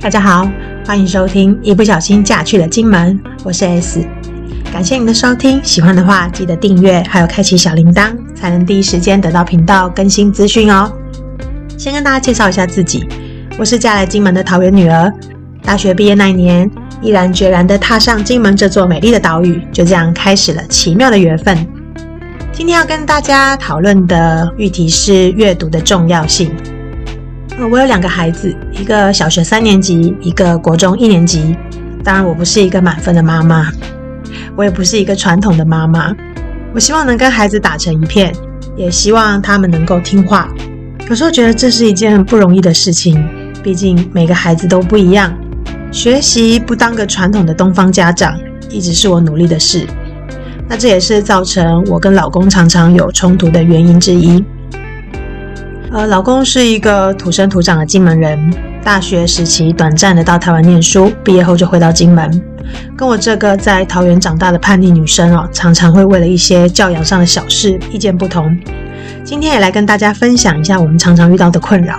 大家好，欢迎收听一不小心嫁去了金门，我是 S。 感谢您的收听，喜欢的话记得订阅还有开启小铃铛，才能第一时间得到频道更新资讯哦。先跟大家介绍一下自己，我是嫁来金门的桃园女儿，大学毕业那一年毅然决然地踏上金门这座美丽的岛屿，就这样开始了奇妙的缘分。今天要跟大家讨论的议题是阅读的重要性。我有2个孩子，一个小学3年级，一个国中1年级。当然我不是一个满分的妈妈，我也不是一个传统的妈妈，我希望能跟孩子打成一片，也希望他们能够听话。有时候觉得这是一件不容易的事情，毕竟每个孩子都不一样，学习不当个传统的东方家长一直是我努力的事。那这也是造成我跟老公常常有冲突的原因之一。老公是一个土生土长的金门人，大学时期短暂的到台湾念书，毕业后就回到金门。跟我这个在桃园长大的叛逆女生常常会为了一些教养上的小事意见不同。今天也来跟大家分享一下我们常常遇到的困扰。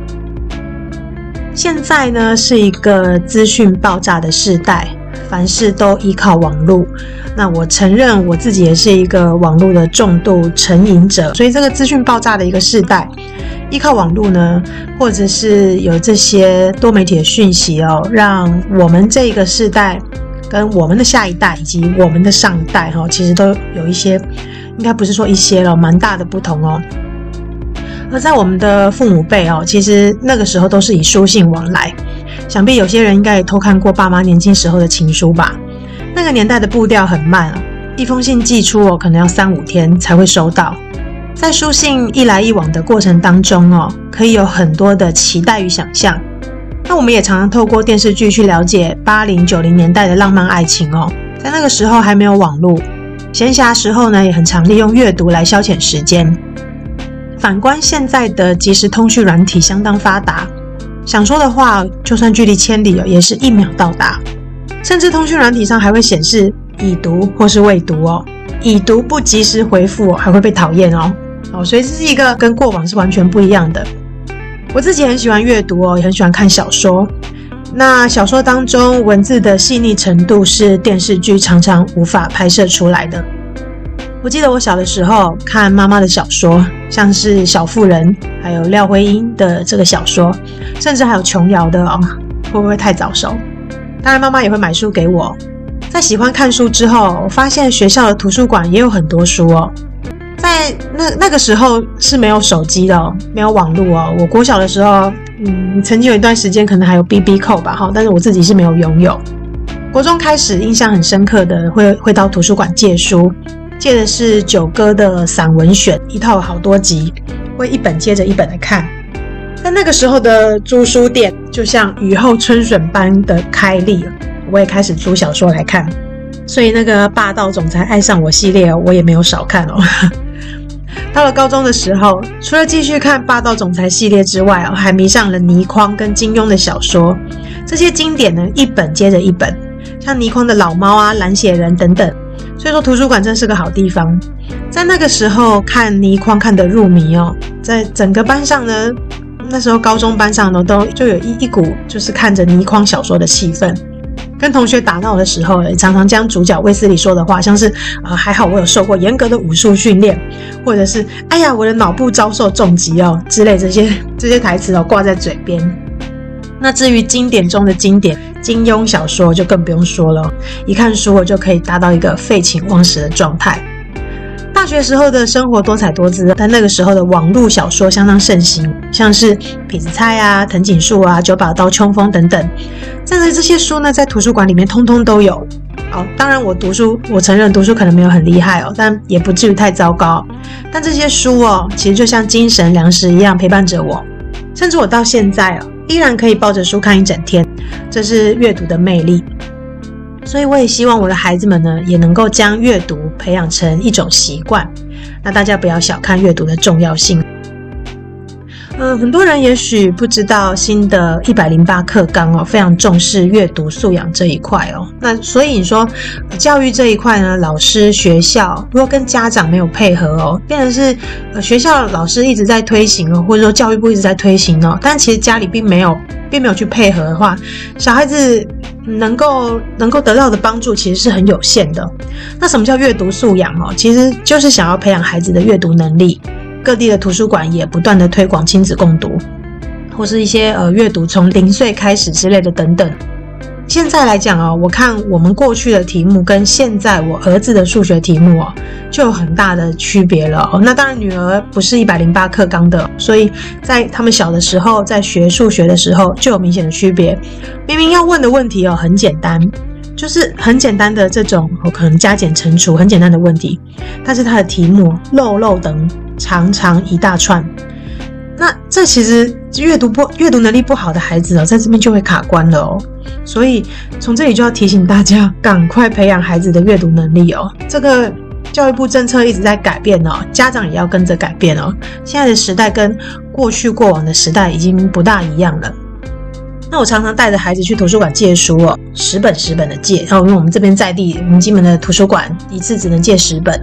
现在呢是一个资讯爆炸的世代，凡事都依靠网络。那我承认我自己也是一个网络的重度成瘾者，所以这个资讯爆炸的一个世代，依靠网络呢，或者是有这些多媒体的讯息让我们这个世代跟我们的下一代以及我们的上一代其实都有一些，应该不是说一些了，蛮大的不同而在我们的父母辈其实那个时候都是以书信往来，想必有些人应该也偷看过爸妈年轻时候的情书吧。那个年代的步调很慢一封信寄出可能要3-5天才会收到。在书信一来一往的过程当中可以有很多的期待与想象。那我们也常常透过电视剧去了解80、90年代的浪漫爱情在那个时候还没有网络，闲暇时候呢也很常利用阅读来消遣时间。反观现在的即时通讯软体相当发达，想说的话就算距离千里也是1秒到达，甚至通讯软体上还会显示已读或是未读已读不及时回复还会被讨厌所以这是一个跟过往是完全不一样的。我自己很喜欢阅读也很喜欢看小说。那小说当中文字的细腻程度是电视剧常常无法拍摄出来的。我记得我小的时候看妈妈的小说，像是小妇人还有廖辉英的这个小说，甚至还有琼瑶的会不会太早熟？当然妈妈也会买书给我。在喜欢看书之后，我发现学校的图书馆也有很多书在那个时候是没有手机的没有网络我国小的时候曾经有一段时间可能还有 BB 扣吧但是我自己是没有拥有。国中开始印象很深刻的会到图书馆借书，借的是九歌的散文选，一套好多集，会一本接着一本的看。在那个时候的租书店就像雨后春笋般的开立，我也开始租小说来看。所以那个霸道总裁爱上我系列我也没有少看到了高中的时候，除了继续看霸道总裁系列之外还迷上了倪匡跟金庸的小说。这些经典呢一本接着一本，像倪匡的老猫蓝血人等等。所以说图书馆真是个好地方。在那个时候看倪匡看得入迷在整个班上呢，那时候高中班上呢都就有一股就是看着倪匡小说的气氛。跟同学打闹的时候也常常将主角卫斯理说的话，像是还好我有受过严格的武术训练，或者是哎呀我的脑部遭受重击之类这些台词挂在嘴边。那至于经典中的经典金庸小说就更不用说了，一看书我就可以达到一个废寝忘食的状态。大学时候的生活多彩多姿，但那个时候的网络小说相当盛行，像是痞子蔡藤井树九把刀冲锋等等。这些书呢在图书馆里面通通都有当然我承认读书可能没有很厉害但也不至于太糟糕。但这些书其实就像精神粮食一样陪伴着我，甚至我到现在依然可以抱着书看一整天，这是阅读的魅力。所以我也希望我的孩子们呢也能够将阅读培养成一种习惯。那大家不要小看阅读的重要性。 很多人也许不知道新的108课纲非常重视阅读素养这一块那所以你说教育这一块呢，老师学校如果跟家长没有配合变成是学校老师一直在推行或者说教育部一直在推行但其实家里并没有去配合的话，小孩子能够得到的帮助其实是很有限的。那什么叫阅读素养其实就是想要培养孩子的阅读能力。各地的图书馆也不断的推广亲子共读，或是一些阅读从0岁开始之类的等等。现在来讲我看我们过去的题目跟现在我儿子的数学题目就有很大的区别了那当然女儿不是108课纲的，所以在他们小的时候在学数学的时候就有明显的区别。明明要问的问题很简单，就是很简单的这种可能加减乘除很简单的问题，但是它的题目漏漏等长长一大串。那这其实阅读能力不好的孩子在这边就会卡关了所以从这里就要提醒大家赶快培养孩子的阅读能力这个教育部政策一直在改变家长也要跟着改变现在的时代跟过往的时代已经不大一样了。那我常常带着孩子去图书馆借书10本的借因为我们这边在地我们金门的图书馆一次只能借10本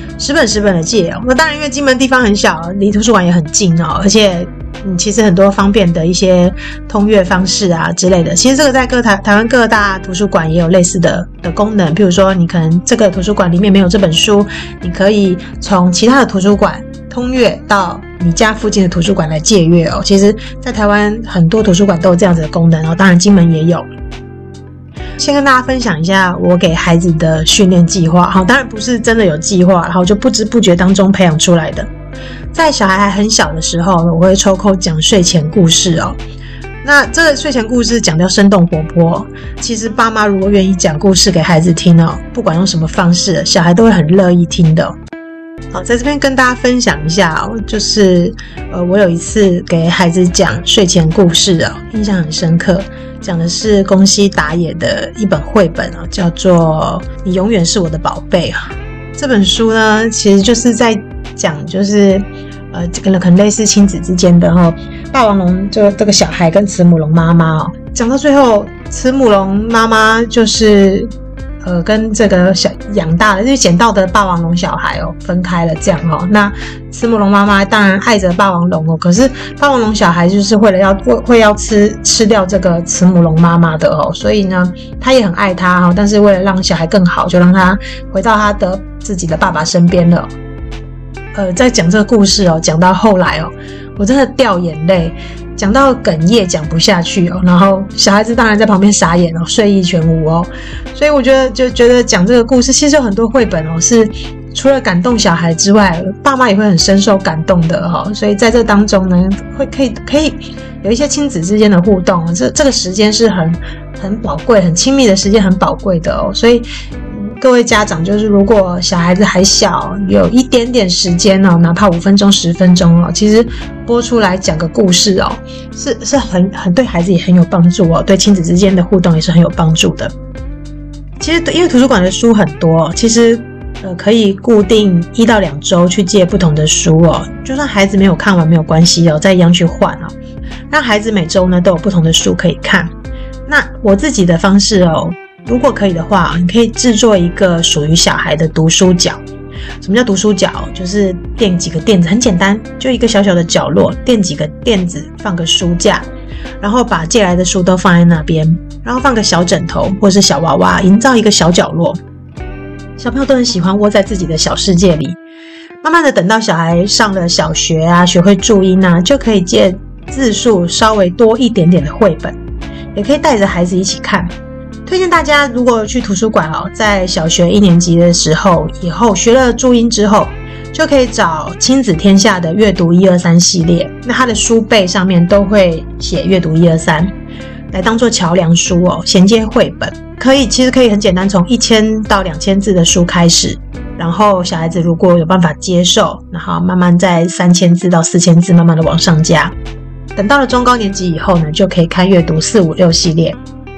10本的借那当然因为金门地方很小，离图书馆也很近而且其实很多方便的一些通阅方式之类的，其实这个在台湾各大图书馆也有类似的功能。譬如说你可能这个图书馆里面没有这本书，你可以从其他的图书馆通阅到你家附近的图书馆来借阅其实在台湾很多图书馆都有这样子的功能当然金门也有。先跟大家分享一下我给孩子的训练计划当然不是真的有计划，然后就不知不觉当中培养出来的。在小孩还很小的时候我会抽空讲睡前故事那这个睡前故事讲得生动活泼，其实爸妈如果愿意讲故事给孩子听不管用什么方式小孩都会很乐意听的好，在这边跟大家分享一下就是我有一次给孩子讲睡前故事印象很深刻，讲的是宫西达也的一本绘本叫做你永远是我的宝贝这本书呢其实就是在讲就是可能类似亲子之间的霸王龙这个小孩跟慈母龙妈妈讲到最后慈母龙妈妈就是跟这个养大的就是捡到的霸王龙小孩分开了这样那慈母龙妈妈当然爱着霸王龙可是霸王龙小孩就是会要吃掉这个慈母龙妈妈的所以呢他也很爱他但是为了让小孩更好，就让他回到他的自己的爸爸身边了。在讲这个故事讲到后来我真的掉眼泪，讲到哽咽讲不下去然后小孩子当然在旁边傻眼睡意全无所以我觉得讲这个故事其实有很多绘本是除了感动小孩之外，爸妈也会很深受感动的所以在这当中呢可以有一些亲子之间的互动，这个时间是很宝贵很亲密的时间，很宝贵的所以各位家长就是如果小孩子还小，有一点点时间哪怕5分钟10分钟其实播出来讲个故事是很对孩子也很有帮助对亲子之间的互动也是很有帮助的。其实因为图书馆的书很多其实可以固定1到2周去借不同的书就算孩子没有看完没有关系再一样去换让孩子每周呢都有不同的书可以看。那我自己的方式如果可以的话，你可以制作一个属于小孩的读书角。什么叫读书角？就是垫几个垫子，很简单，就一个小小的角落，垫几个垫子，放个书架，然后把借来的书都放在那边，然后放个小枕头或是小娃娃，营造一个小角落。小朋友都很喜欢窝在自己的小世界里。慢慢的等到小孩上了小学学会注音就可以借字数稍微多一点点的绘本，也可以带着孩子一起看。推荐大家如果去图书馆在小学1年级的时候以后学了注音之后，就可以找亲子天下的阅读123系列，那它的书背上面都会写阅读123来当做桥梁书衔接绘本。其实可以很简单，从1000到2000字的书开始，然后小孩子如果有办法接受，然后慢慢在3000字到4000字慢慢的往上加。等到了中高年级以后呢，就可以看阅读456系列。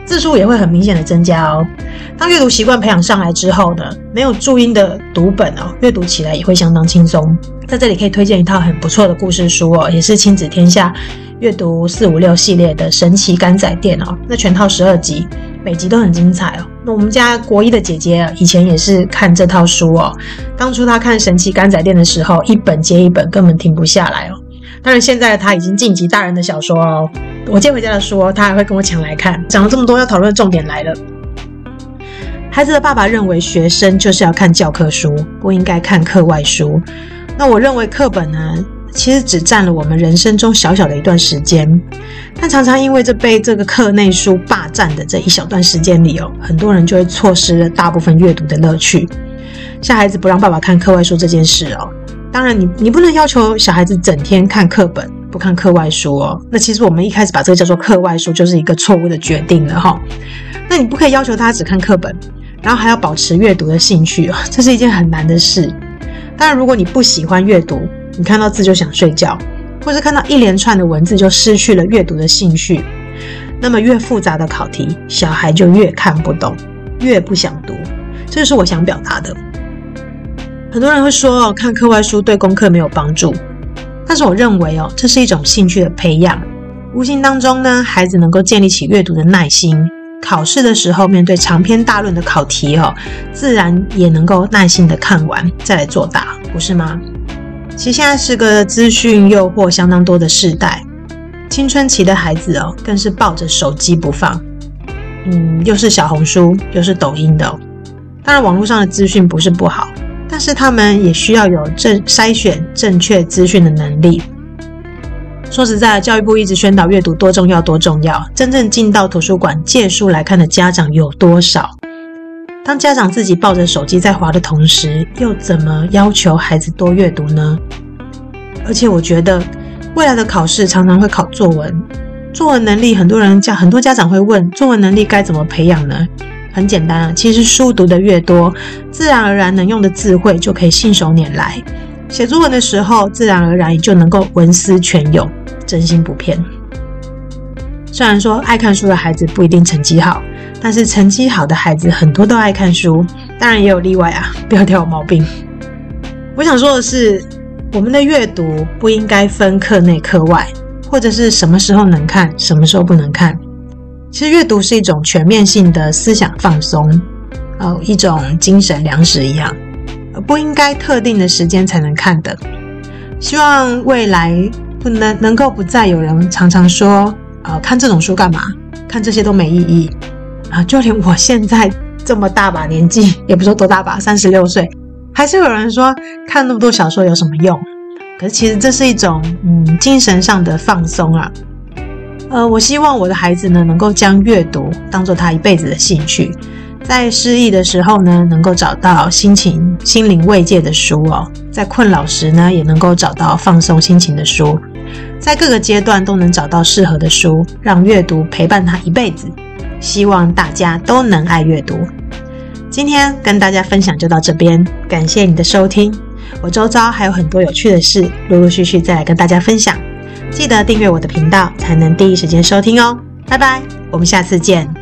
字数也会很明显的增加哦。当阅读习惯培养上来之后呢，没有注音的读本哦，阅读起来也会相当轻松。在这里可以推荐一套很不错的故事书哦，也是亲子天下阅读456系列的神奇甘仔店哦，那全套12集，每集都很精彩哦。那我们家国一的姐姐以前也是看这套书哦，当初她看神奇甘仔店的时候，一本接一本，根本停不下来哦。当然现在她已经晋级大人的小说哦，我借回家的书哦，她还会跟我抢来看。讲了这么多，要讨论的重点来了。孩子的爸爸认为学生就是要看教科书，不应该看课外书。那我认为课本呢，其实只占了我们人生中小小的一段时间，但常常因为被这个课内书霸占的这一小段时间里哦，很多人就会错失了大部分阅读的乐趣。像孩子不让爸爸看课外书这件事哦，当然你不能要求小孩子整天看课本不看课外书哦，那其实我们一开始把这个叫做课外书就是一个错误的决定了齁。那你不可以要求他只看课本，然后还要保持阅读的兴趣哦，这是一件很难的事。当然如果你不喜欢阅读，你看到字就想睡觉，或是看到一连串的文字就失去了阅读的兴趣，那么越复杂的考题小孩就越看不懂，越不想读，这就是我想表达的。很多人会说看课外书对功课没有帮助，但是我认为这是一种兴趣的培养，无形当中呢，孩子能够建立起阅读的耐心，考试的时候面对长篇大论的考题自然也能够耐心的看完再来作答，不是吗？其实现在是个资讯诱惑相当多的世代，青春期的孩子更是抱着手机不放，又是小红书又是抖音的当然网络上的资讯不是不好，但是他们也需要有筛选正确资讯的能力。说实在的，教育部一直宣导阅读多重要多重要，真正进到图书馆借书来看的家长有多少？当家长自己抱着手机在滑的同时，又怎么要求孩子多阅读呢？而且我觉得未来的考试常常会考作文，作文能力很多家长会问，作文能力该怎么培养呢？很简单其实书读得越多，自然而然能用的字汇就可以信手拈来，写作文的时候自然而然也就能够文思泉涌，真心不骗。虽然说爱看书的孩子不一定成绩好，但是成绩好的孩子很多都爱看书，当然也有例外不要挑我毛病。我想说的是，我们的阅读不应该分课内课外，或者是什么时候能看什么时候不能看。其实阅读是一种全面性的思想放松，一种精神粮食一样，不应该特定的时间才能看的。希望未来能够不再有人常常说看这种书干嘛，看这些都没意义就连我现在这么大把年纪，也不说多大吧，36岁，还是有人说看那么多小说有什么用。可是其实这是一种精神上的放松我希望我的孩子呢，能够将阅读当作他一辈子的兴趣，在失意的时候呢，能够找到心灵慰藉的书在困扰时呢，也能够找到放松心情的书，在各个阶段都能找到适合的书，让阅读陪伴他一辈子。希望大家都能爱阅读。今天跟大家分享就到这边，感谢你的收听。我周遭还有很多有趣的事，陆陆续续再来跟大家分享。记得订阅我的频道，才能第一时间收听哦。拜拜，我们下次见。